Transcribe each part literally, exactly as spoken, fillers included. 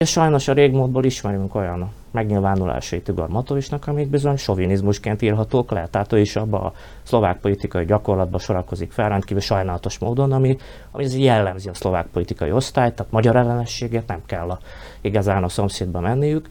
Sajnos a régmúltból ismerünk olyan megnyilvánulásait Igor Matovicsnak, amik bizony sovinizmusként írhatók le. Tehát ő is abban a szlovák politikai gyakorlatban sorakozik fel rendkívül sajnálatos módon, ami, ami jellemzi a szlovák politikai osztályt, tehát magyar ellenességet nem kell a, igazán a szomszédba menniük.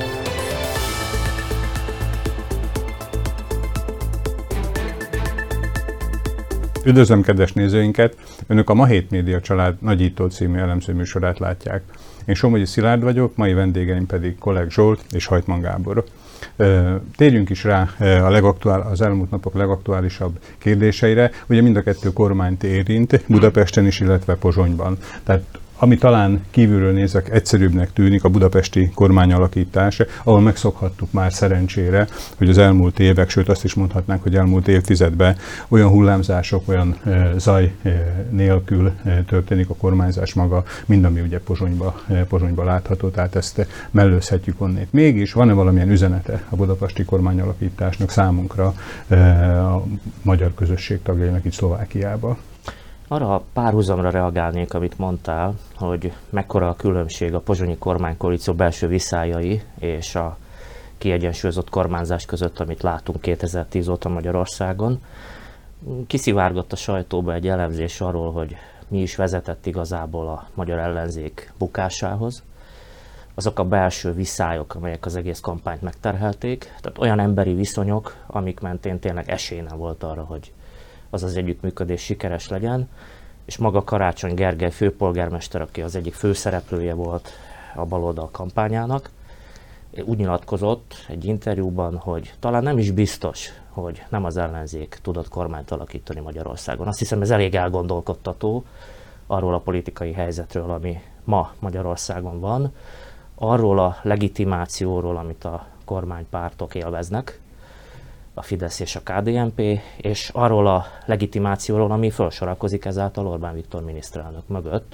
Üdvözlöm kedves nézőinket! Önök a Ma hét Média Család Nagyító című elemző műsorát látják. Én Somogyi Szilárd vagyok, mai vendégeim pedig Kolek Zsolt és Hajtman Gábor. Térjünk is rá a legaktuál, az elmúlt napok legaktuálisabb kérdéseire. Ugye mind a kettő kormányt érint, Budapesten is, illetve Pozsonyban. Tehát ami talán kívülről nézek egyszerűbbnek tűnik, a budapesti kormányalakítás, ahol megszokhattuk már szerencsére, hogy az elmúlt évek, sőt azt is mondhatnánk, hogy elmúlt évtizedben olyan hullámzások, olyan e, zaj e, nélkül e, történik a kormányzás maga, mind ami ugye Pozsonyba, e, Pozsonyba látható, tehát ezt mellőzhetjük onnét. Mégis van-e valamilyen üzenete a budapesti kormányalakításnak számunkra e, a magyar közösség tagjainak itt Szlovákiában? Arra a párhuzamra reagálnék, amit mondtál, hogy mekkora a különbség a pozsonyi kormánykoalíció belső viszályai és a kiegyensúlyozott kormányzás között, amit látunk kétezer-tíz óta Magyarországon. Kiszivárgott a sajtóba egy elemzés arról, hogy mi is vezetett igazából a magyar ellenzék bukásához. Azok a belső viszályok, amelyek az egész kampányt megterhelték, tehát olyan emberi viszonyok, amik mentén tényleg esély nem volt arra, hogy az az együttműködés sikeres legyen, és maga Karácsony Gergely főpolgármester, aki az egyik főszereplője volt a baloldal kampányának, úgy nyilatkozott egy interjúban, hogy talán nem is biztos, hogy nem az ellenzék tudott kormányt alakítani Magyarországon. Azt hiszem, ez elég elgondolkodtató arról a politikai helyzetről, ami ma Magyarországon van, arról a legitimációról, amit a kormánypártok élveznek, a Fidesz és a ká dé en pé, és arról a legitimációról, ami felsorakozik ezáltal Orbán Viktor miniszterelnök mögött.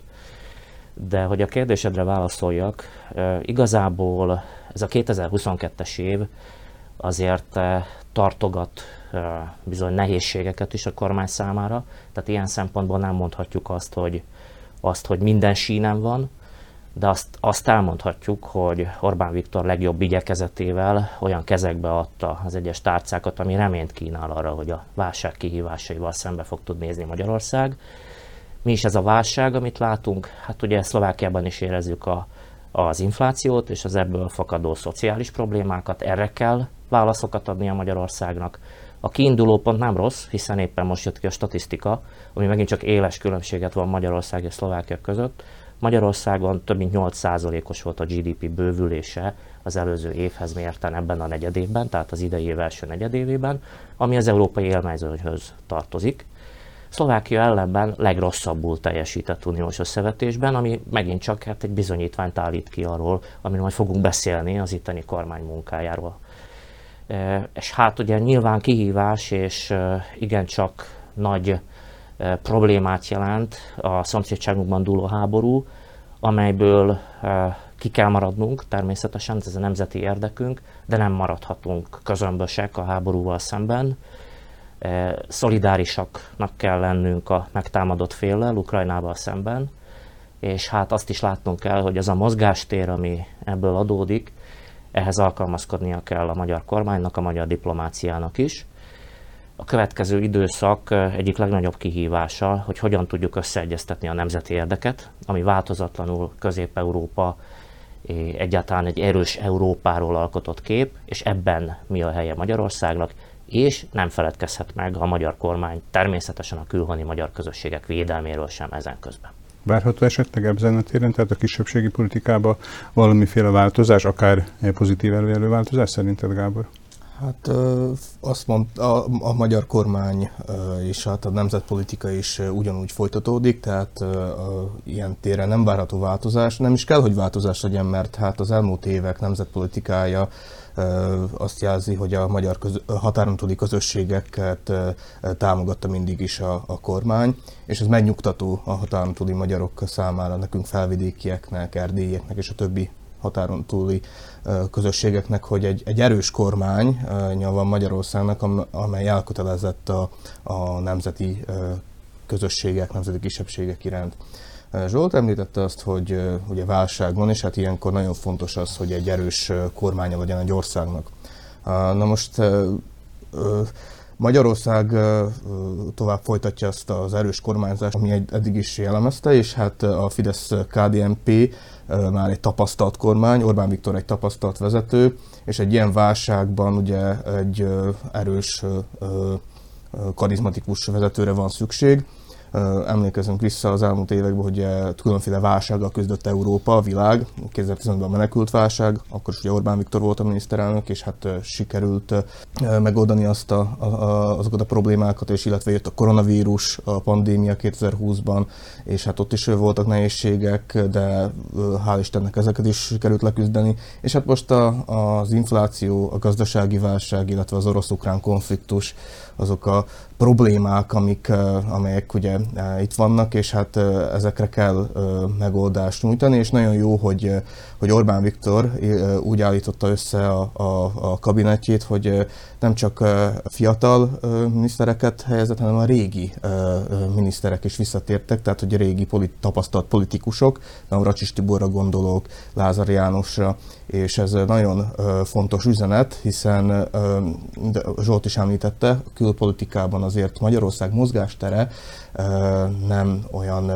De hogy a kérdésedre válaszoljak, igazából ez a kétezer-huszonkettes év azért tartogat bizony nehézségeket is a kormány számára, tehát ilyen szempontból nem mondhatjuk azt, hogy, azt, hogy minden sínen van, de azt, azt elmondhatjuk, hogy Orbán Viktor legjobb igyekezetével olyan kezekbe adta az egyes tárcákat, ami reményt kínál arra, hogy a válság kihívásaival szembe fog tudni nézni Magyarország. Mi is ez a válság, amit látunk? Hát ugye Szlovákiában is érezzük a, az inflációt és az ebből fakadó szociális problémákat, erre kell válaszokat adni a Magyarországnak. A kiinduló pont nem rossz, hiszen éppen most jött ki a statisztika, ami megint csak éles különbséget van Magyarország és Szlovákia között. Magyarországon több mint nyolc százalékos volt a gé dé pé bővülése az előző évhez mérten ebben a negyedévben, tehát az idei év első negyedévében, ami az európai élmezőnyhöz tartozik. Szlovákia ellenben legrosszabbul teljesített uniós összevetésben, ami megint csak hát egy bizonyítványt állít ki arról, amiről majd fogunk beszélni az itteni kormány munkájáról. E, és hát ugye nyilván kihívás és igencsak nagy problémát jelent a szomszédságunkban dúló háború, amelyből ki kell maradnunk, természetesen ez a nemzeti érdekünk, de nem maradhatunk közömbösek a háborúval szemben. Szolidárisaknak kell lennünk a megtámadott féllel, Ukrajnával szemben, és hát azt is látnunk kell, hogy az a mozgástér, ami ebből adódik, ehhez alkalmazkodnia kell a magyar kormánynak, a magyar diplomáciának is. A következő időszak egyik legnagyobb kihívása, hogy hogyan tudjuk összeegyeztetni a nemzeti érdeket, ami változatlanul Közép-Európa, egyáltalán egy erős Európáról alkotott kép, és ebben mi a helye Magyarországnak, és nem feledkezhet meg a magyar kormány természetesen a külhoni magyar közösségek védelméről sem ezen közben. Várható esetleg ebben a téren, tehát a kisebbségi politikában valamiféle változás, akár pozitív előjelő változás szerinted, Gábor? Hát azt mondta, a, a magyar kormány és hát a nemzetpolitika is ugyanúgy folytatódik, tehát a, ilyen téren nem várható változás. Nem is kell, hogy változás legyen, mert hát az elmúlt évek nemzetpolitikája azt jelzi, hogy a magyar köz, határon túli közösségeket támogatta mindig is a, a kormány, és ez megnyugtató a határon túli magyarok számára, nekünk felvidékieknek, erdélyieknek és a többi határon túli közösségeknek, hogy egy, egy erős kormánya van Magyarországnak, amely elkötelezett a, a nemzeti közösségek, nemzeti kisebbségek iránt. Zsolt említette azt, hogy ugye válság van, és hát ilyenkor nagyon fontos az, hogy egy erős kormánya legyen egy országnak. Na most Magyarország tovább folytatja azt az erős kormányzást, ami eddig is jellemezte, és hát a Fidesz-ká dé en pé már egy tapasztalt kormány, Orbán Viktor egy tapasztalt vezető, és egy ilyen válságban ugye egy erős, karizmatikus vezetőre van szükség. Emlékezünk vissza az elmúlt években, hogy különféle válsággal küzdött Európa, a világ, kétezer-tizenötben a menekült válság, akkor is ugye Orbán Viktor volt a miniszterelnök, és hát sikerült megoldani azt a, a, azokat a problémákat, és illetve jött a koronavírus, a pandémia kétezer-húszban, és hát ott is voltak nehézségek, de hál' Istennek ezeket is sikerült leküzdeni. És hát most a, az infláció, a gazdasági válság, illetve az orosz-ukrán konfliktus, azok a problémák, amik, amelyek ugye itt vannak, és hát ezekre kell megoldást nyújtani, és nagyon jó, hogy, hogy Orbán Viktor úgy állította össze a, a, a kabinetjét, hogy nem csak fiatal minisztereket helyezett, hanem a régi miniszterek is visszatértek, tehát hogy a régi polit, tapasztalt politikusok, Navracsics Tiborra gondolok, Lázár Jánosra, és ez nagyon fontos üzenet, hiszen Zsolt is említette, külpolitikában azért Magyarország mozgástere nem olyan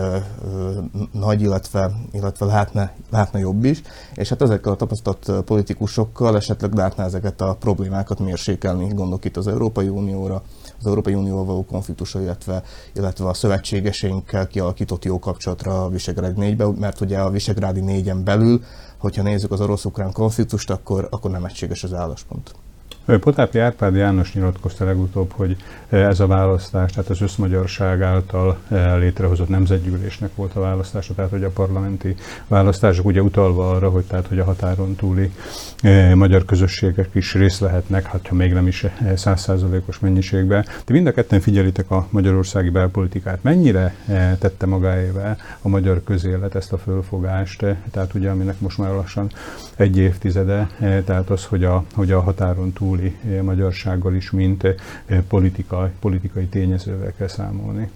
nagy, illetve, illetve lehetne, lehetne jobb is, és hát ezekkel a tapasztalt politikusokkal esetleg lehetne ezeket a problémákat mérsékelni, gondolok itt az Európai Unióra, az Európai Unióval való konfliktusra, illetve, illetve a szövetségeseinkkel kialakított jó kapcsolatra a Visegrádi négyben, mert ugye a Visegrádi négyen belül, hogyha nézzük az orosz-ukrán konfliktust, akkor, akkor nem egységes az álláspont. Pothápi Árpád János nyilatkozta legutóbb, hogy ez a választás, tehát az összmagyarság által létrehozott nemzetgyűlésnek volt a választása, tehát hogy a parlamenti választások, ugye utalva arra, hogy, tehát, hogy a határon túli magyar közösségek is részt vehetnek, hát ha még nem is száz százalékos mennyiségben. Ti mind a ketten figyelitek a magyarországi belpolitikát. Mennyire tette magáével a magyar közélet ezt a fölfogást, tehát ugye aminek most már lassan egy évtizede, tehát az, hogy a, hogy a határon túl magyarsággal is, mint politikai, politikai tényezővel kell számolni.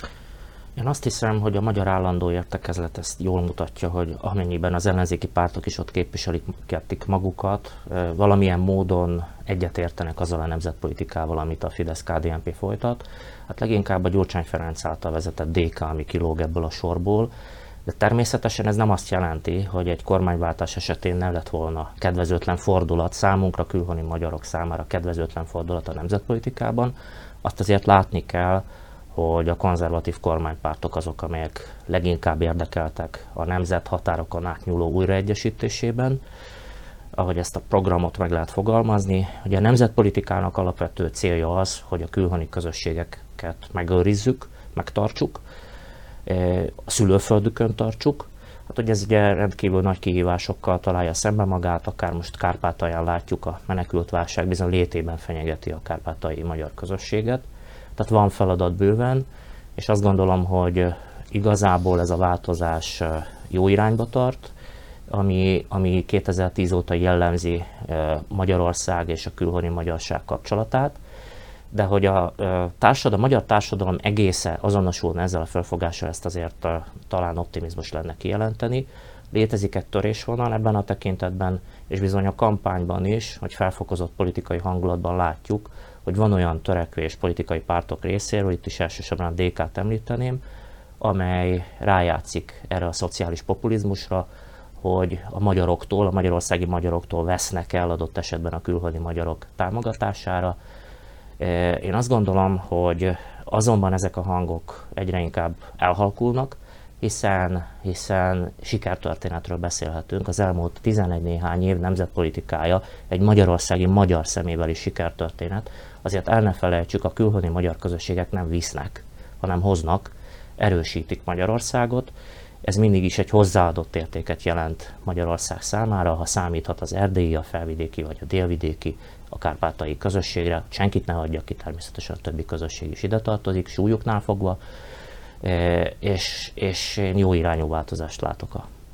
Én azt hiszem, hogy a Magyar Állandó Értekezlet ezt jól mutatja, hogy amennyiben az ellenzéki pártok is ott képviselik magukat, valamilyen módon egyetértenek azzal a nemzetpolitikával, amit a Fidesz-ká dé en pé folytat. Hát leginkább a Gyurcsány Ferenc által vezetett dé ká, ami kilóg ebből a sorból, de természetesen ez nem azt jelenti, hogy egy kormányváltás esetén ne lett volna kedvezőtlen fordulat számunkra, külhoni magyarok számára kedvezőtlen fordulat a nemzetpolitikában. Azt azért látni kell, hogy a konzervatív kormánypártok azok, amelyek leginkább érdekeltek a nemzet határokon átnyúló újraegyesítésében, ahogy ezt a programot meg lehet fogalmazni. Ugye a nemzetpolitikának alapvető célja az, hogy a külhoni közösségeket megőrizzük, megtartsuk, a szülőföldükön tartsuk. Hát, hogy ez ugye rendkívül nagy kihívásokkal találja szembe magát, akár most Kárpátalján látjuk, a menekültválság bizony létében fenyegeti a kárpátaljai magyar közösséget. Tehát van feladat bőven, és azt gondolom, hogy igazából ez a változás jó irányba tart, ami, ami kétezer-tíz óta jellemzi Magyarország és a külhoni magyarság kapcsolatát. De hogy a, társadalom, a magyar társadalom egésze azonosulna ezzel a felfogással, ezt azért talán optimizmus lenne kijelenteni. Létezik egy törésvonal ebben a tekintetben, és bizony a kampányban is, hogy felfokozott politikai hangulatban látjuk, hogy van olyan törekvés politikai pártok részéről, itt is elsősorban a dé ká-t említeném, amely rájátszik erre a szociális populizmusra, hogy a magyaroktól, a magyarországi magyaroktól vesznek el adott esetben a külhoni magyarok támogatására. Én azt gondolom, hogy azonban ezek a hangok egyre inkább elhalkulnak, hiszen, hiszen sikertörténetről beszélhetünk. Az elmúlt tizenegy néhány év nemzetpolitikája egy magyarországi magyar szemébeli sikertörténet. Azért el ne felejtsük, a külhoni magyar közösségek nem visznek, hanem hoznak, erősítik Magyarországot. Ez mindig is egy hozzáadott értéket jelent Magyarország számára, ha számíthat az erdélyi, a felvidéki vagy a délvidéki, a kárpátaljai közösségre. Senkit ne hagyja ki, természetesen a többi közösség is ide tartozik, súlyuknál fogva, és, és én jó irányú változást látok a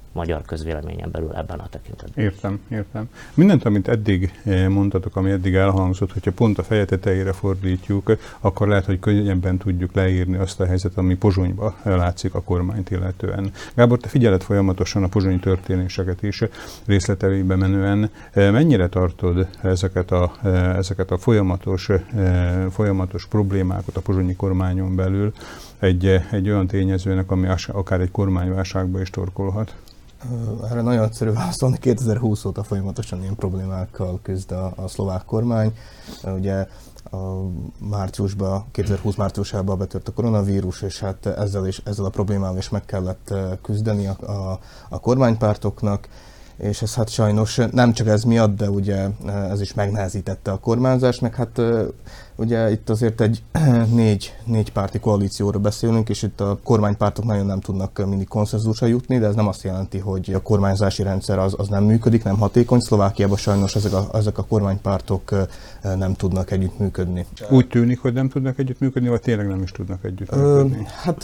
magyar közvéleményen belül ebben a tekintetben. Értem, értem. Mindent, amit eddig mondtatok, ami eddig elhangzott, hogyha pont a feje tetejére fordítjuk, akkor lehet, hogy könnyebben tudjuk leírni azt a helyzetet, ami Pozsonyban látszik a kormányt illetően. Gábor, te figyeled folyamatosan a pozsonyi történéseket is részleteibe menően. Mennyire tartod ezeket a, ezeket a folyamatos, folyamatos problémákat a pozsonyi kormányon belül egy, egy olyan tényezőnek, ami akár egy kormányválságba is torkolhat? Erre nagyon egyszerű válaszolni, kétezer-húsz óta folyamatosan ilyen problémákkal küzd a, a szlovák kormány. Ugye a márciusban, kétezer-húsz márciusában betört a koronavírus, és hát ezzel, is, ezzel a problémával is meg kellett küzdeni a, a, a kormánypártoknak, és ez hát sajnos nem csak ez miatt, de ugye ez is megnehezítette a kormányzást, meg hát ugye itt azért egy négy, négy párti koalícióról beszélünk, és itt a kormánypártok nagyon nem tudnak mindig konszenzusra jutni, de ez nem azt jelenti, hogy a kormányzási rendszer az, az nem működik, nem hatékony. Szlovákiában sajnos ezek a, ezek a kormánypártok nem tudnak együttműködni. Úgy tűnik, hogy nem tudnak együttműködni, vagy tényleg nem is tudnak együttműködni? Ö, hát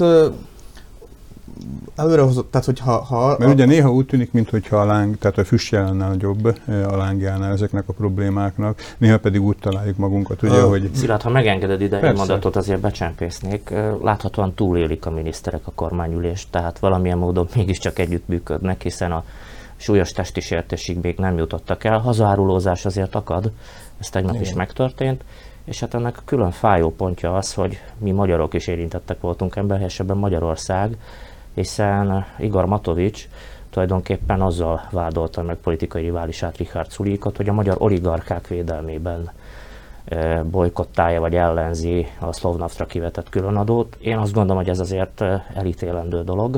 előrehozott, tehát hogy ha... ha Mert ugye néha úgy tűnik, mintha a láng, tehát a füstjelennel nagyobb a lángjánál ezeknek a problémáknak, néha pedig úgy találjuk magunkat, ugye, uh, hogy... Szilárd, ha megengeded ide egy mondatot, azért becsempésznék. Láthatóan túlélik a miniszterek a kormányülést, tehát valamilyen módon mégiscsak együttműködnek, hiszen a súlyos testi sértésig még nem jutottak el. Hazaárulózás azért akad, ez tegnap Igen. is megtörtént. És hát ennek a külön fájó pontja az, hogy mi magyarok is érintettek voltunk ebben, helyesebben Magyarország, hiszen Igor Matovics tulajdonképpen azzal vádolta meg politikai riválisát, Richard Sulíkot, hogy a magyar oligarchák védelmében bojkottálja vagy ellenzi a Slovnaftra kivetett különadót. Én azt gondolom, hogy ez azért elítélendő dolog,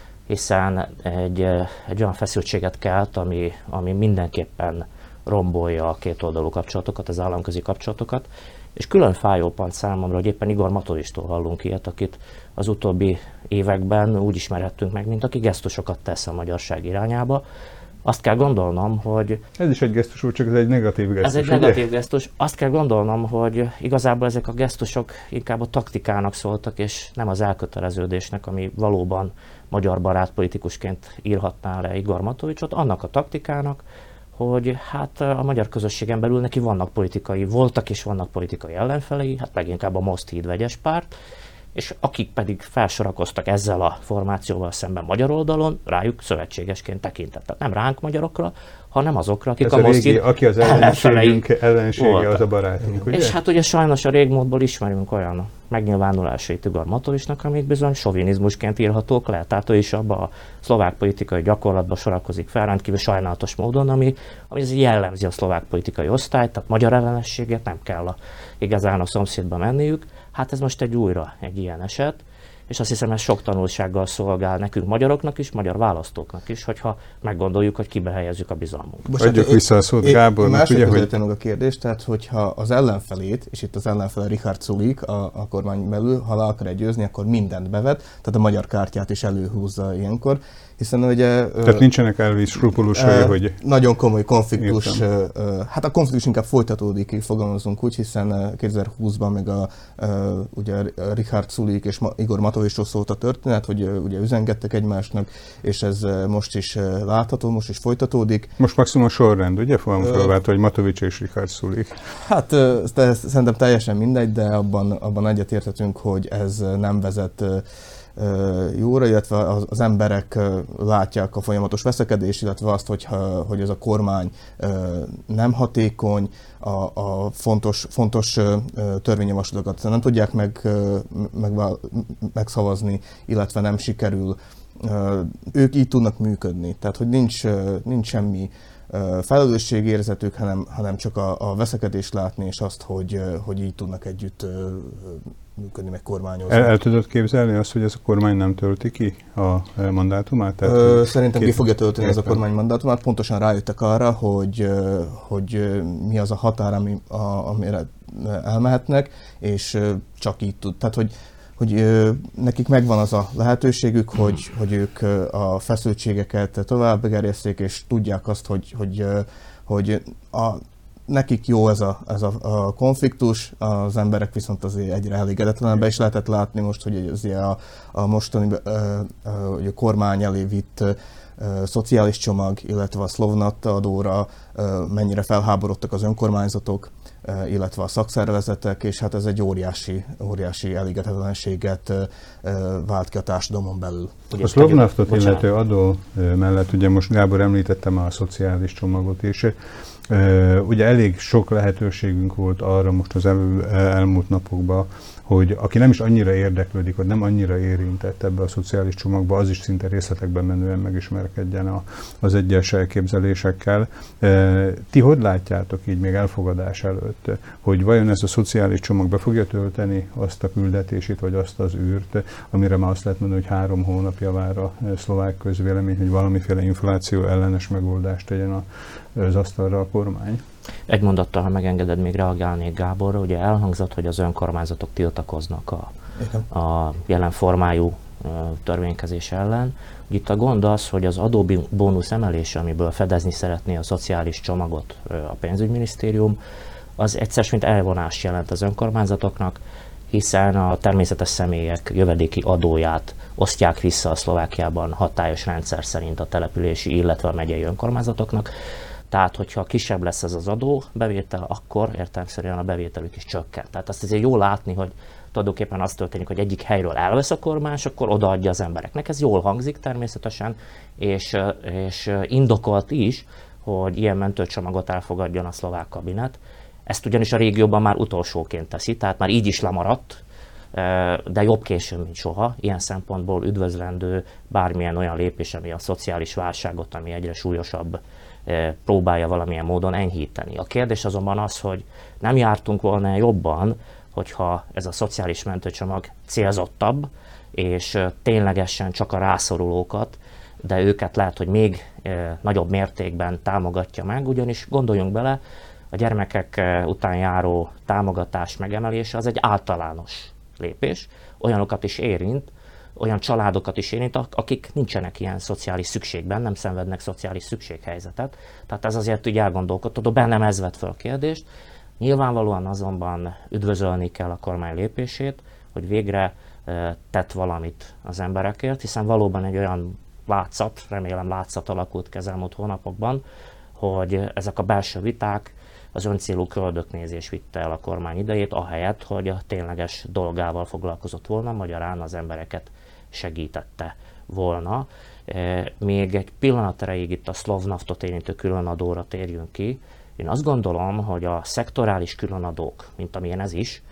hiszen egy, egy olyan feszültséget kelt, ami, ami mindenképpen rombolja a kétoldalú kapcsolatokat, az államközi kapcsolatokat, és külön fájó pont számomra, hogy éppen Igor Matovistól hallunk ilyet, akit az utóbbi években úgy ismerhettünk meg, mint aki gesztusokat tesz a magyarság irányába. Azt kell gondolnom, hogy... Ez is egy gesztus, csak ez egy negatív gesztus. Ez egy ugye? negatív gesztus. Azt kell gondolnom, hogy igazából ezek a gesztusok inkább a taktikának szóltak, és nem az elköteleződésnek, ami valóban magyar barát politikusként írhatná le Igor Matovicsot, annak a taktikának, hogy hát a magyar közösségen belül neki vannak politikai, voltak és vannak politikai ellenfelei, hát leginkább a Most Híd vegyes párt, és akik pedig felsorakoztak ezzel a formációval szemben magyar oldalon, rájuk szövetségesként tekintett. Tehát nem ránk magyarokra, hanem azokra, akik Ez a, a Most régi, aki az ellenségünk, ellensége, az a barátunk, ugye? És hát ugye sajnos a régmódból ismerünk olyan megnyilvánulásait Igor Matovicsnak, amik bizony sovinizmusként írhatók le. Tehát ő is abba a szlovák politikai gyakorlatba sorakozik fel, rendkívül sajnálatos módon, ami, ami jellemzi a szlovák politikai osztályt, tehát magyar ellenességet nem kell a, igazán a szomszédba menniük. Hát ez most egy újra egy ilyen eset, és azt hiszem, ez sok tanulsággal szolgál nekünk magyaroknak is, magyar választóknak is, hogyha meggondoljuk, hogy kibe helyezzük a bizalmunkat. Adjuk vissza a szót Gábornak. Másik ugye, hogy... meg a kérdést, tehát hogyha az ellenfelét, és itt az ellenfele Richard Sulik a, a kormány belül, ha le akar győzni, akkor mindent bevet, tehát a magyar kártyát is előhúzza ilyenkor, hiszen ugye... Tehát nincsenek elvis skrupulusai, hogy... Nagyon komoly konfliktus, Értem. hát a konfliktus inkább folytatódik, így fogalmazunk úgy, hiszen kétezer-húszban meg a, ugye Richard Sulik és Igor Matovicsról szólt a történet, hogy ugye üzengettek egymásnak, és ez most is látható, most is folytatódik. Most maximum a sorrend, ugye? Fogom felvált, hogy Matovics és Richard Sulik. Hát te, szerintem teljesen mindegy, de abban, abban egyetértetünk, hogy ez nem vezet jóra, illetve az, az emberek látják a folyamatos veszekedést, illetve azt, hogy, hogy ez a kormány nem hatékony, a, a fontos, fontos törvényjavaslatokat nem tudják meg, meg, megszavazni, illetve nem sikerül. Ők így tudnak működni, tehát hogy nincs, nincs semmi felelősségérzetük, hanem, hanem csak a, a veszekedést látni, és azt, hogy, hogy így tudnak együtt működni, meg kormányozni. El, el tudod képzelni azt, hogy ez a kormány nem tölti ki a mandátumát? Tehát, Ö, szerintem ki fogja tölteni ez a kormány mandátumát. Pontosan rájöttek arra, hogy, hogy mi az a határ, ami, a, amire elmehetnek, és csak így tud. Tehát, hogy hogy nekik megvan az a lehetőségük, hogy, hogy ők a feszültségeket tovább gerjeszték, és tudják azt, hogy, hogy, hogy a, nekik jó ez a, ez a, a konfliktus, az emberek viszont azért egyre elégedetlenebb, és lehetett látni most, hogy azért a, a mostani a, a, a kormány elé vitt szociális csomag, illetve a Slovnat adóra mennyire felháborodtak az önkormányzatok, illetve a szakszervezetek, és hát ez egy óriási, óriási elégedetlenséget vált ki a társadalmon belül. Ugye, a Slovnatot illető adó mellett, ugye most Gábor említettem a szociális csomagot is, ugye elég sok lehetőségünk volt arra most az el, elmúlt napokban, hogy aki nem is annyira érdeklődik, vagy nem annyira érintett ebbe a szociális csomagba, az is szinte részletekben menően megismerkedjen a, az egyes elképzelésekkel. Ti hogy látjátok így még elfogadás előtt, hogy vajon ez a szociális csomag be fogja tölteni azt a küldetését, vagy azt az űrt, amire már azt lehet mondani, hogy három hónapja vár a szlovák közvélemény, hogy valamiféle infláció ellenes megoldást tegyen az asztalra a kormány? Egy mondattal, ha megengeded, még reagálnék Gáborra. Ugye elhangzott, hogy az önkormányzatok tiltakoznak a, a jelen formájú törvénykezés ellen. Itt a gond az, hogy az adóbónusz emelése, amiből fedezni szeretné a szociális csomagot a pénzügyminisztérium, az egyszer mint elvonást jelent az önkormányzatoknak, hiszen a természetes személyek jövedéki adóját osztják vissza a Szlovákiában hatályos rendszer szerint a települési, illetve a megyei önkormányzatoknak. Tehát, hogyha kisebb lesz ez az adóbevétel, akkor értelemszerűen a bevételük is csökken. Tehát azt azért jó látni, hogy tulajdonképpen az történik, hogy egyik helyről elvesz a kormány, és akkor odaadja az embereknek. Ez jól hangzik természetesen, és, és indokolt is, hogy ilyen mentőcsomagot elfogadjon a szlovák kabinet. Ezt ugyanis a régióban már utolsóként teszi, tehát már így is lemaradt, de jobb későn, mint soha. Ilyen szempontból üdvözlendő bármilyen olyan lépés, ami a szociális válságot, ami egyre súlyosabb, próbálja valamilyen módon enyhíteni. A kérdés azonban az, hogy nem jártunk volna jobban, hogyha ez a szociális mentőcsomag célzottabb, és ténylegesen csak a rászorulókat, de őket lehet, hogy még nagyobb mértékben támogatja meg, ugyanis gondoljunk bele, a gyermekek után járó támogatás megemelése az egy általános lépés, olyanokat is érint, olyan családokat is érint, akik nincsenek ilyen szociális szükségben, nem szenvednek szociális szükséghelyzetet. Tehát ez azért úgy elgondolkodtató, bennem ez vett fel a kérdést. Nyilvánvalóan azonban üdvözölni kell a kormány lépését, hogy végre e, tett valamit az emberekért, hiszen valóban egy olyan látszat, remélem látszat alakult ki az elmúlt hónapokban, hogy ezek a belső viták, az öncélú köldöknézés vitte el a kormány idejét, ahelyett, hogy a tényleges dolgával foglalkozott volna, magyarán az embereket segítette volna. Még egy pillanat erejéig itt a Slovnatot érintő különadóra térjünk ki. Én azt gondolom, hogy a szektorális különadók, mint amilyen ez is,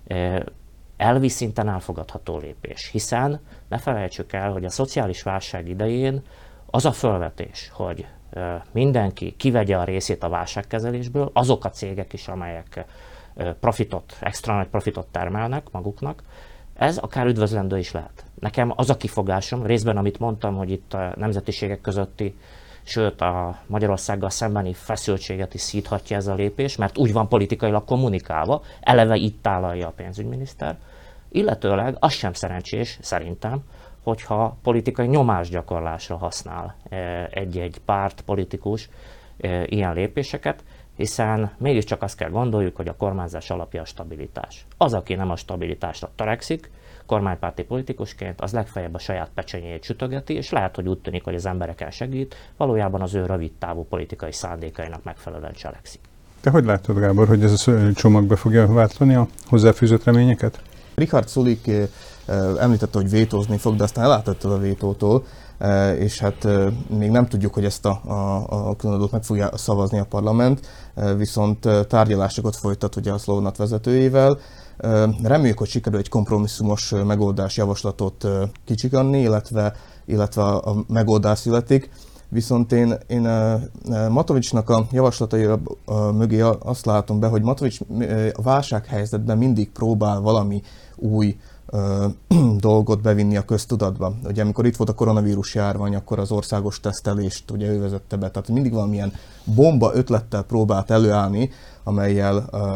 elvi szinten elfogadható lépés, hiszen ne felejtsük el, hogy a szociális válság idején az a felvetés, hogy mindenki kivegye a részét a válságkezelésből, azok a cégek is, amelyek profitot, extra nagy profitot termelnek maguknak, ez akár üdvözlendő is lehet. Nekem az a kifogásom, részben amit mondtam, hogy itt a nemzetiségek közötti, sőt a Magyarországgal szembeni feszültséget is szíthatja ez a lépés, mert úgy van politikailag kommunikálva, eleve itt tálalja a pénzügyminiszter, illetőleg az sem szerencsés, szerintem, hogyha politikai nyomásgyakorlásra használ egy-egy párt, politikus ilyen lépéseket, hiszen mégiscsak azt kell gondoljuk, hogy a kormányzás alapja a stabilitás. Az, aki nem a stabilitásra törekszik, kormánypárti politikusként, az legfeljebb a saját pecsenyét sütögeti, és lehet, hogy úgy tűnik, hogy az embereken segít, valójában az ő rövid távú politikai szándékainak megfelelően cselekszik. Te hogy látod, Gábor, hogy ez a csomag be fogja váltani a hozzáfűzött reményeket? Richard Sulik említette, hogy vétózni fog, de aztán elátett a vétótól, és hát még nem tudjuk, hogy ezt a, a, a különadót meg fogja szavazni a parlament, viszont tárgyalásokat folytat ugye a Slovnat vezetőjével. Reméljük, hogy sikerül egy kompromisszumos megoldás javaslatot kicsikanni, illetve, illetve a megoldás születik. Viszont én, én Matovicsnak a javaslatai mögé azt látom be, hogy Matovics a válsághelyzetben mindig próbál valami új dolgot bevinni a köztudatba. Ugye amikor itt volt a koronavírus járvány, akkor az országos tesztelést ugye ő vezette be. Tehát mindig valamilyen bomba ötlettel próbált előállni, amellyel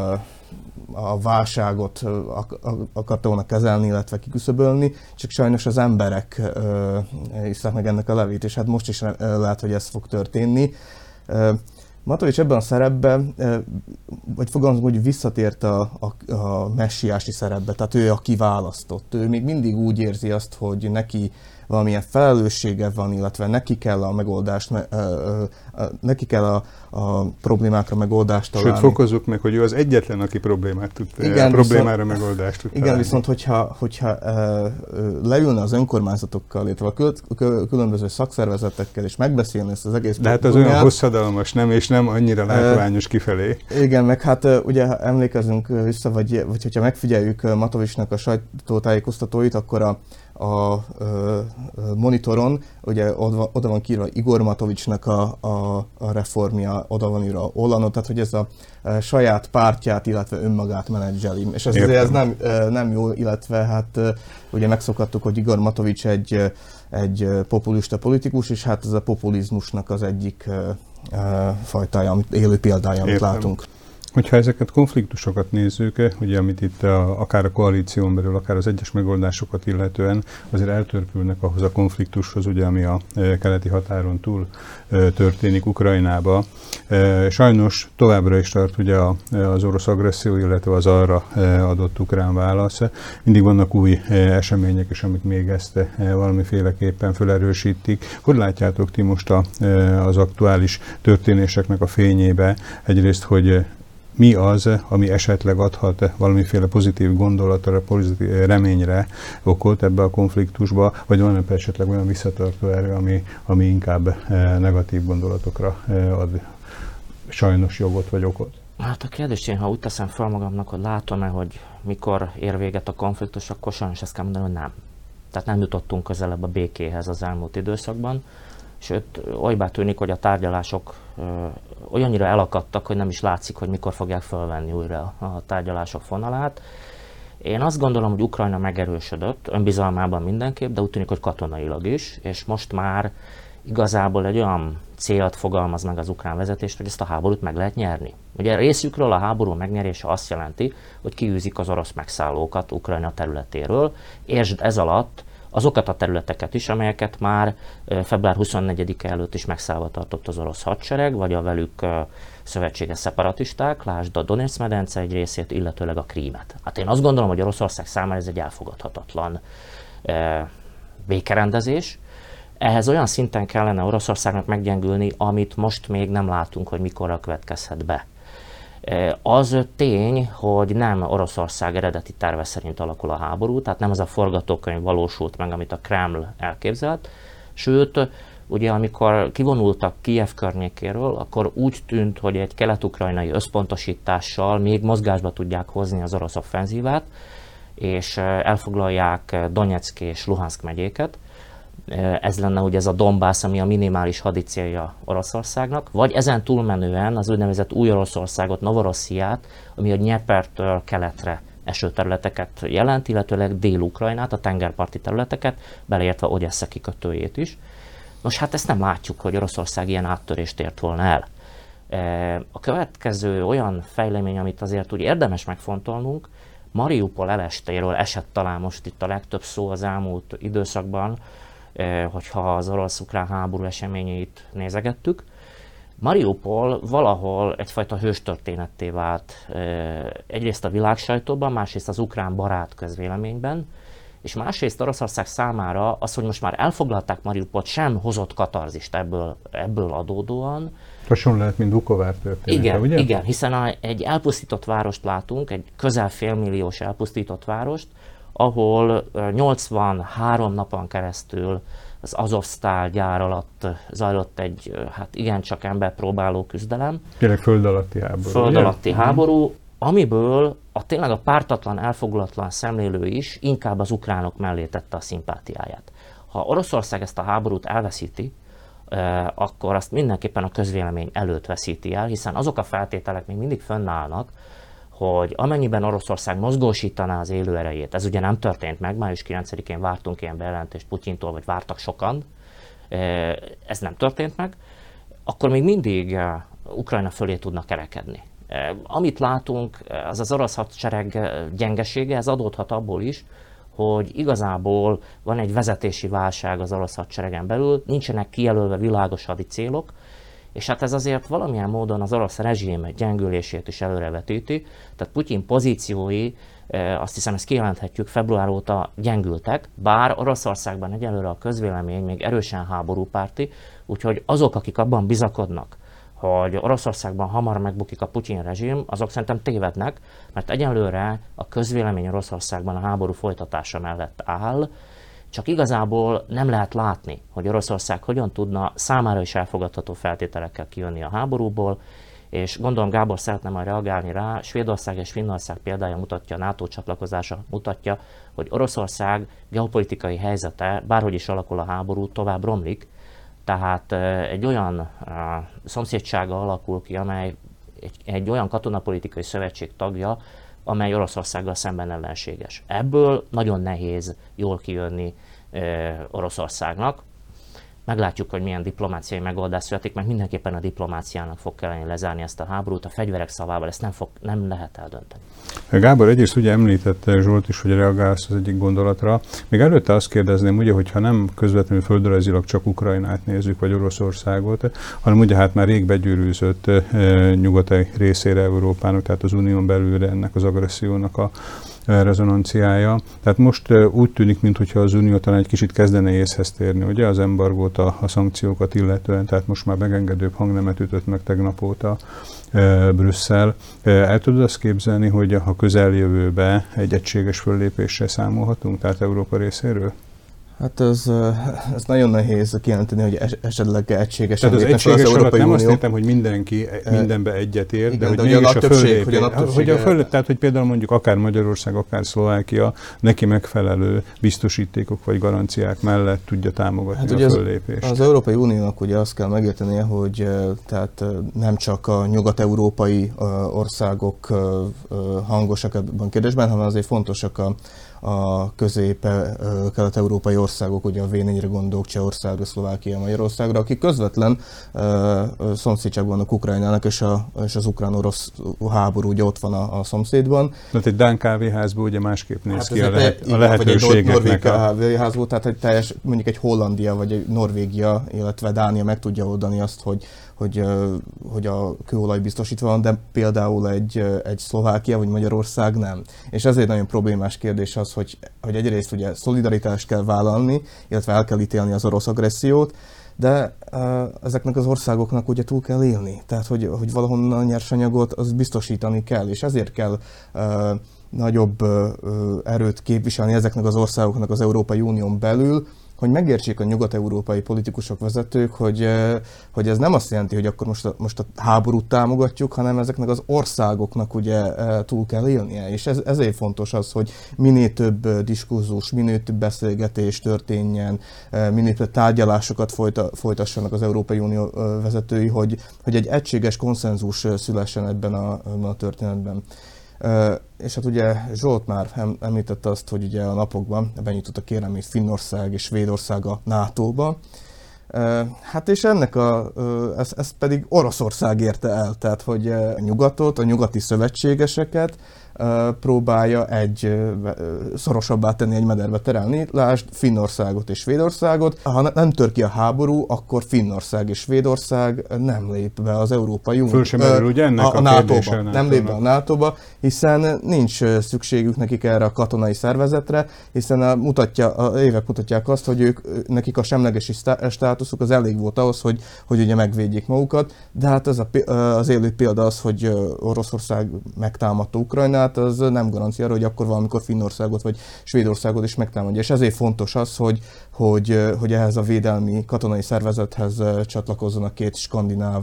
a válságot akarta volna kezelni, illetve kiküszöbölni, csak sajnos az emberek iszák meg ennek a levét, és hát most is lehet, hogy ez fog történni. Matovics ebben a szerepben, vagy fogalmazom, hogy visszatért a, a, a messiási szerepbe, tehát ő a kiválasztott. Ő még mindig úgy érzi azt, hogy neki valamilyen felelőssége van, illetve neki kell a megoldást, neki kell a, a problémákra megoldást találni. Sőt, fokozzuk meg, hogy ő az egyetlen, aki problémát tud, igen, a problémára viszont, megoldást tud igen, találni. viszont hogyha, hogyha leülne az önkormányzatokkal, illetve a különböző szakszervezetekkel, és megbeszélni ezt az egész De hát az olyan hosszadalmas, nem, és nem annyira látványos kifelé. Igen, meg hát ugye emlékezünk vissza, vagy, vagy hogyha megfigyeljük Matovicsnak a sajtótájékoztatóit, akkor a, a, a monitoron ugye oda, oda van kiírva Igor Matovicsnak a, a, a reformja, oda van írva Olano, tehát hogy ez a, a saját pártját, illetve önmagát menedzseli. És ez, ez nem, nem jó, illetve hát ugye megszokhattuk, hogy Igor Matovics egy, egy populista politikus, és hát ez a populizmusnak az egyik fajtája, amit, élő példája, amit Értem. látunk. Hogyha ezeket konfliktusokat nézzük, ugye amit itt a, akár a koalíción belül, akár az egyes megoldásokat illetően azért eltörpülnek ahhoz a konfliktushoz, ugye, ami a e, keleti határon túl e, történik Ukrajnába. E, sajnos továbbra is tart ugye a, az orosz agresszió, illetve az arra e, adott ukrán válasz. Mindig vannak új e, események is, amik még ezt e, valamiféleképpen felerősítik. Hogy látjátok ti most a, e, az aktuális történéseknek a fényébe egyrészt, hogy mi az, ami esetleg adhat valamiféle pozitív gondolatra, pozitív reményre okot ebbe a konfliktusba, vagy van esetleg olyan visszatartó erő, ami, ami inkább negatív gondolatokra ad sajnos jogot vagy okot? Hát a kérdés, én ha úgy teszem fel magamnak, hogy látom-e, hogy mikor ér véget a konfliktus, akkor sajnos ezt kell mondani, hogy nem. Tehát nem jutottunk közelebb a békéhez az elmúlt időszakban, sőt, olybá tűnik, hogy a tárgyalások ö, olyannyira elakadtak, hogy nem is látszik, hogy mikor fogják felvenni újra a tárgyalások fonalát. Én azt gondolom, hogy Ukrajna megerősödött, önbizalmában mindenképp, de úgy tűnik, hogy katonailag is, és most már igazából egy olyan célt fogalmaz meg az ukrán vezetést, hogy ezt a háborút meg lehet nyerni. Ugye részükről a háború megnyerése azt jelenti, hogy kiűzik az orosz megszállókat Ukrajna területéről, és ez alatt azokat a területeket is, amelyeket már február huszonnegyedike előtt is megszállva tartott az orosz hadsereg, vagy a velük szövetséges szeparatisták, lásd a Donetsz-medence egy részét, illetőleg a Krímet. Hát én azt gondolom, hogy Oroszország számára ez egy elfogadhatatlan békerendezés. Ehhez olyan szinten kellene Oroszországnak meggyengülni, amit most még nem látunk, hogy mikorra következhet be. Az tény, hogy nem Oroszország eredeti terve szerint alakul a háború, tehát nem az a forgatókönyv valósult meg, amit a Kreml elképzelt, sőt, ugye amikor kivonultak Kijev környékéről, akkor úgy tűnt, hogy egy kelet-ukrajnai összpontosítással még mozgásba tudják hozni az orosz offenzívát, és elfoglalják Donyeck és Luhanszk megyéket. Ez lenne ugye ez a Donbass, ami a minimális hadicélja Oroszországnak, vagy ezen túlmenően az úgynevezett új Oroszországot, Novorossziát, ami a Dnyepertől keletre eső területeket jelent, illetőleg Dél-Ukrajnát, a tengerparti területeket, beleértve Ogyessa kikötőjét is. Nos, hát ezt nem látjuk, hogy Oroszország ilyen áttörést ért volna el. A következő olyan fejlemény, amit azért úgy érdemes megfontolnunk, Mariupol elestéről esett talán most itt a legtöbb szó az elmúlt időszakban, hogyha az orosz-ukrán háború eseményeit nézegettük. Mariupol valahol egyfajta hőstörténetté vált egyrészt a világsajtóban, másrészt az ukrán barát közvéleményben, és másrészt Oroszország számára az, hogy most már elfoglalták Mariupolt, sem hozott katarzist ebből, ebből adódóan. Hasonló lehet, mint Vukovár története, igen, ugye? Igen, hiszen a, egy elpusztított várost látunk, egy közel félmilliós elpusztított várost, ahol nyolcvanhárom napon keresztül az Azovsztál gyár alatt zajlott egy hát igencsak emberpróbáló küzdelem. Tényleg föld alatti háború. Föld ugye? alatti háború, amiből a tényleg a pártatlan, elfogulatlan szemlélő is inkább az ukránok mellé tette a szimpátiáját. Ha Oroszország ezt a háborút elveszíti, akkor azt mindenképpen a közvélemény előtt veszíti el, hiszen azok a feltételek még mindig fönnállnak, hogy amennyiben Oroszország mozgósítaná az élő erejét, ez ugye nem történt meg, május kilencedikén vártunk ilyen bejelentést Putyintól, vagy vártak sokan, ez nem történt meg, akkor még mindig Ukrajna fölé tudnak kerekedni. Amit látunk, az az orosz hadsereg gyengesége, ez adódhat abból is, hogy igazából van egy vezetési válság az orosz hadseregen belül, nincsenek kijelölve világos hadi célok, És hát ez azért valamilyen módon az orosz rezsim gyengülését is előrevetíti, tehát Putyin pozíciói, azt hiszem ezt kijelenthetjük, február óta gyengültek, bár Oroszországban egyelőre a közvélemény még erősen háborúpárti, úgyhogy azok, akik abban bizakodnak, hogy Oroszországban hamar megbukik a Putyin rezsim, azok szerintem tévednek, mert egyelőre a közvélemény Oroszországban a háború folytatása mellett áll, csak igazából nem lehet látni, hogy Oroszország hogyan tudna számára is elfogadható feltételekkel kijönni a háborúból, és gondolom Gábor szeretne majd reagálni rá, Svédország és Finnország példája mutatja, a NATO csatlakozása mutatja, hogy Oroszország geopolitikai helyzete, bárhogy is alakul a háború, tovább romlik, tehát egy olyan szomszédsága alakul ki, amely egy, egy olyan katonapolitikai szövetség tagja, amely Oroszországgal szemben ellenséges. Ebből nagyon nehéz jól kijönni Oroszországnak. Meglátjuk, hogy milyen diplomáciai megoldás születik, mert mindenképpen a diplomáciának fog kelleni lezárni ezt a háborút, a fegyverek szavával ezt nem, fog, nem lehet eldönteni. Gábor, egyrészt ugye említette Zsolt is, hogy reagálsz az egyik gondolatra. Még előtte azt kérdezném, ugye, hogyha nem közvetlenül földrajzilag csak Ukrajnát nézzük, vagy Oroszországot, hanem ugye hát már rég begyűrűzött e, nyugati részére Európának, tehát az unión belülre ennek az agressziónak a rezonanciája. Tehát most úgy tűnik, mintha az Unió talán egy kicsit kezdene észhez térni, ugye az embargót, a, a szankciókat illetően, tehát most már megengedőbb hangnemet ütött meg tegnap óta e, Brüsszel. E, el tudod azt képzelni, hogy a közeljövőbe egy egységes föllépéssel számolhatunk, tehát Európa részéről? Hát ez, ez nagyon nehéz kijelenteni, hogy esetleg egységesen Tehát az egységes az alatt nem Unió. azt értem, hogy mindenki mindenbe egyetért, igen, de hogy de mégis a, a többség, föllépés. hogy, hogy a föllép, tehát, hogy például mondjuk akár Magyarország, akár Szlovákia neki megfelelő biztosítékok vagy garanciák mellett tudja támogatni hát a föllépést. Az, az Európai Uniónak ugye azt kell megértenie, hogy tehát nem csak a nyugat-európai országok hangosak ebben a kérdésben, hanem azért fontosak a a közép-kelet-európai országok, ugye a vé négyre gondolok, Csehországra, Szlovákia, Magyarországra, akik közvetlen uh, szomszédságban vannak Ukrajnának, és, a, és az ukrán-orosz háború ugye ott van a, a szomszédban. Tehát egy dán kávéházból ugye másképp néz hát ki a, lehet, egy, a lehetőségeknek. Vagy egy norvég kávéházból, tehát egy teljes, mondjuk egy Hollandia, vagy egy Norvégia, illetve Dánia meg tudja oldani azt, hogy Hogy, hogy a kőolaj biztosítva van, de például egy, egy Szlovákia vagy Magyarország nem. És ezért nagyon problémás kérdés az, hogy, hogy egyrészt ugye szolidaritást kell vállalni, illetve el kell ítélni az orosz agressziót, de uh, ezeknek az országoknak ugye túl kell élni. Tehát, hogy, hogy valahonnan a nyersanyagot az biztosítani kell, és ezért kell uh, nagyobb uh, erőt képviselni ezeknek az országoknak az Európai Unión belül, hogy megértsék a nyugat-európai politikusok, vezetők, hogy, hogy ez nem azt jelenti, hogy akkor most a, most a háborút támogatjuk, hanem ezeknek az országoknak ugye túl kell élnie. És ez, ezért fontos az, hogy minél több diskurzus, minél több beszélgetés történjen, minél több tárgyalásokat folyta, folytassanak az Európai Unió vezetői, hogy, hogy egy egységes konszenzus szülessen ebben a, ebben a történetben. Uh, és hát ugye Zsolt már említette azt, hogy ugye a napokban benyitott a kérelmét Finnország és Svédország a nátóba. Uh, hát és ennek a, uh, ez, ez pedig Oroszország érte el, tehát hogy a nyugatot, a nyugati szövetségeseket uh, próbálja egy uh, szorosabbá tenni, egy mederbe terelni. Lásd Finnországot és Svédországot. Ha nem tör ki a háború, akkor Finnország és Svédország nem lép be az Európai Unió. Föl sem merül, ugye ennek a, a, a nátóba. Nem lép be a nátóba, hiszen nincs szükségük nekik erre a katonai szervezetre, hiszen a, mutatja, a évek mutatják azt, hogy ők, nekik a semlegesi státuszuk az elég volt ahhoz, hogy, hogy ugye megvédjék magukat, de hát ez a, az élő példa az, hogy Oroszország megtámadta Ukrajnát, az nem garancia arra, hogy akkor valamikor Finnországot vagy Svédországot is megtámadja. És ezért fontos az, hogy, hogy, hogy ehhez a védelmi katonai szervezethez csatlakozzon a két skandináv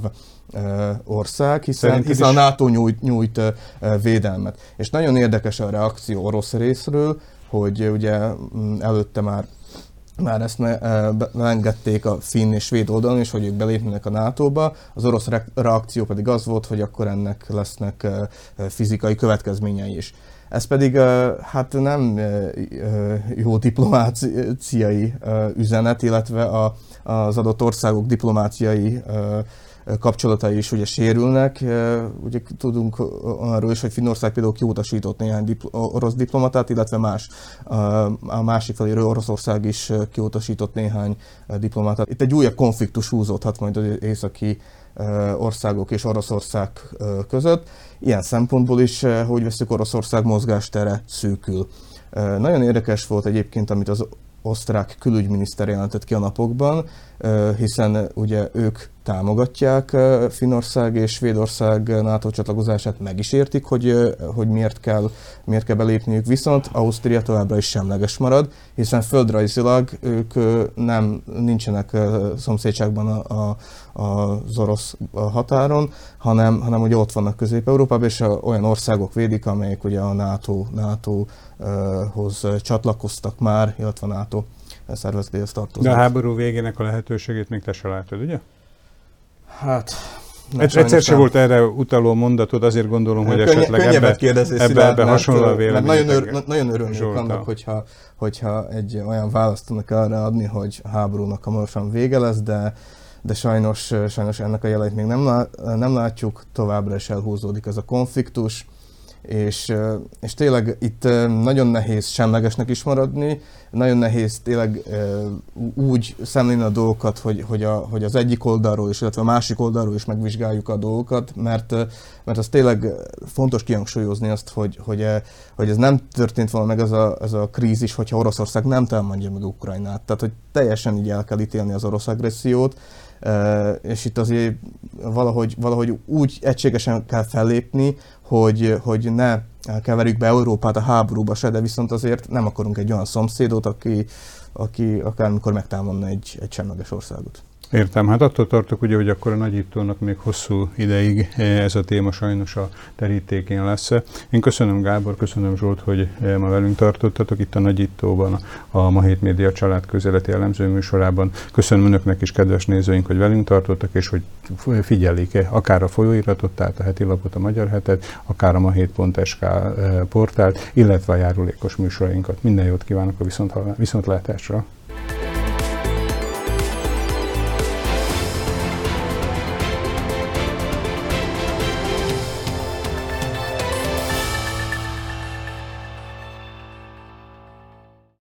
ország, hiszen, hiszen a NATO nyújt, nyújt védelmet. És nagyon érdekes a reakció orosz részről, hogy ugye előtte már Már ezt beengedték a finn és svéd oldalon is, hogy ők belépnek a nátóba. Az orosz reakció pedig az volt, hogy akkor ennek lesznek fizikai következményei is. Ez pedig hát nem jó diplomáciai üzenet, illetve az adott országok diplomáciai kapcsolatai is ugye sérülnek. Ugye tudunk arról is, hogy Finnország például kiutasított néhány dipl- orosz diplomatát, illetve más, a másik feléről Oroszország is kiutasított néhány diplomatát. Itt egy újabb konfliktus húzódhat majd az északi országok és Oroszország között. Ilyen szempontból is, hogy veszük, Oroszország mozgástere szűkül. Nagyon érdekes volt egyébként, amit az osztrák külügyminiszter jelentett ki a napokban, hiszen ugye ők támogatják Finnország és Svédország NATO csatlakozását, meg is értik, hogy, hogy miért, kell, miért kell belépniük, viszont Ausztria továbbra is semleges marad, hiszen földrajzilag ők nem nincsenek szomszédságban a, a, az orosz határon, hanem, hanem ugye ott vannak Közép-Európában, és olyan országok védik, amelyek ugye a NATO, NATOhoz csatlakoztak már, illetve a NATO szervezetéhez tartoznak. De a háború végének a lehetőségét még te se látod, ugye? Hát... Egyszer sem volt erre utaló mondatod, azért gondolom, hogy Könny- esetleg ebbe, ebbe, ebbe hasonló a vélemény. Nagyon, ör, nagyon örülnék annak, hogyha, hogyha egy olyan választ tudnak arra adni, hogy a háborúnak hamarosan vége lesz, de, de sajnos, sajnos ennek a jeleit még nem, lá, nem látjuk, továbbra is elhúzódik ez a konfliktus, és, és tényleg itt nagyon nehéz semlegesnek is maradni, nagyon nehéz tényleg úgy szemlélni a dolgokat, hogy, hogy, a, hogy az egyik oldalról is, illetve a másik oldalról is megvizsgáljuk a dolgokat, mert, mert az tényleg fontos kihangsúlyozni azt, hogy, hogy, hogy ez nem történt volna meg ez a, ez a krízis, hogyha Oroszország nem támadja meg Ukrajnát. Tehát, hogy teljesen így el kell ítélni az orosz agressziót, és itt azért valahogy, valahogy úgy egységesen kell fellépni, hogy, hogy ne keverjük be Európát a háborúba se, de viszont azért nem akarunk egy olyan szomszédot, aki, aki akármikor megtámadna egy, egy semleges országot. Értem, hát attól tartok ugye, hogy akkor a nagyítónak még hosszú ideig ez a téma sajnos a terítékén lesz. Én köszönöm Gábor, köszönöm Zsolt, hogy ma velünk tartottatok itt a Nagyítóban, a Ma hét Média család közeleti elemző műsorában. Köszönöm önöknek is, kedves nézőink, hogy velünk tartottak, és hogy figyelik akár a folyóiratot, tehát a heti lapot, a Magyar Hetet, akár a ma hét pont es ká portált, illetve a járulékos műsorainkat. Minden jót kívánok a viszontlátásra!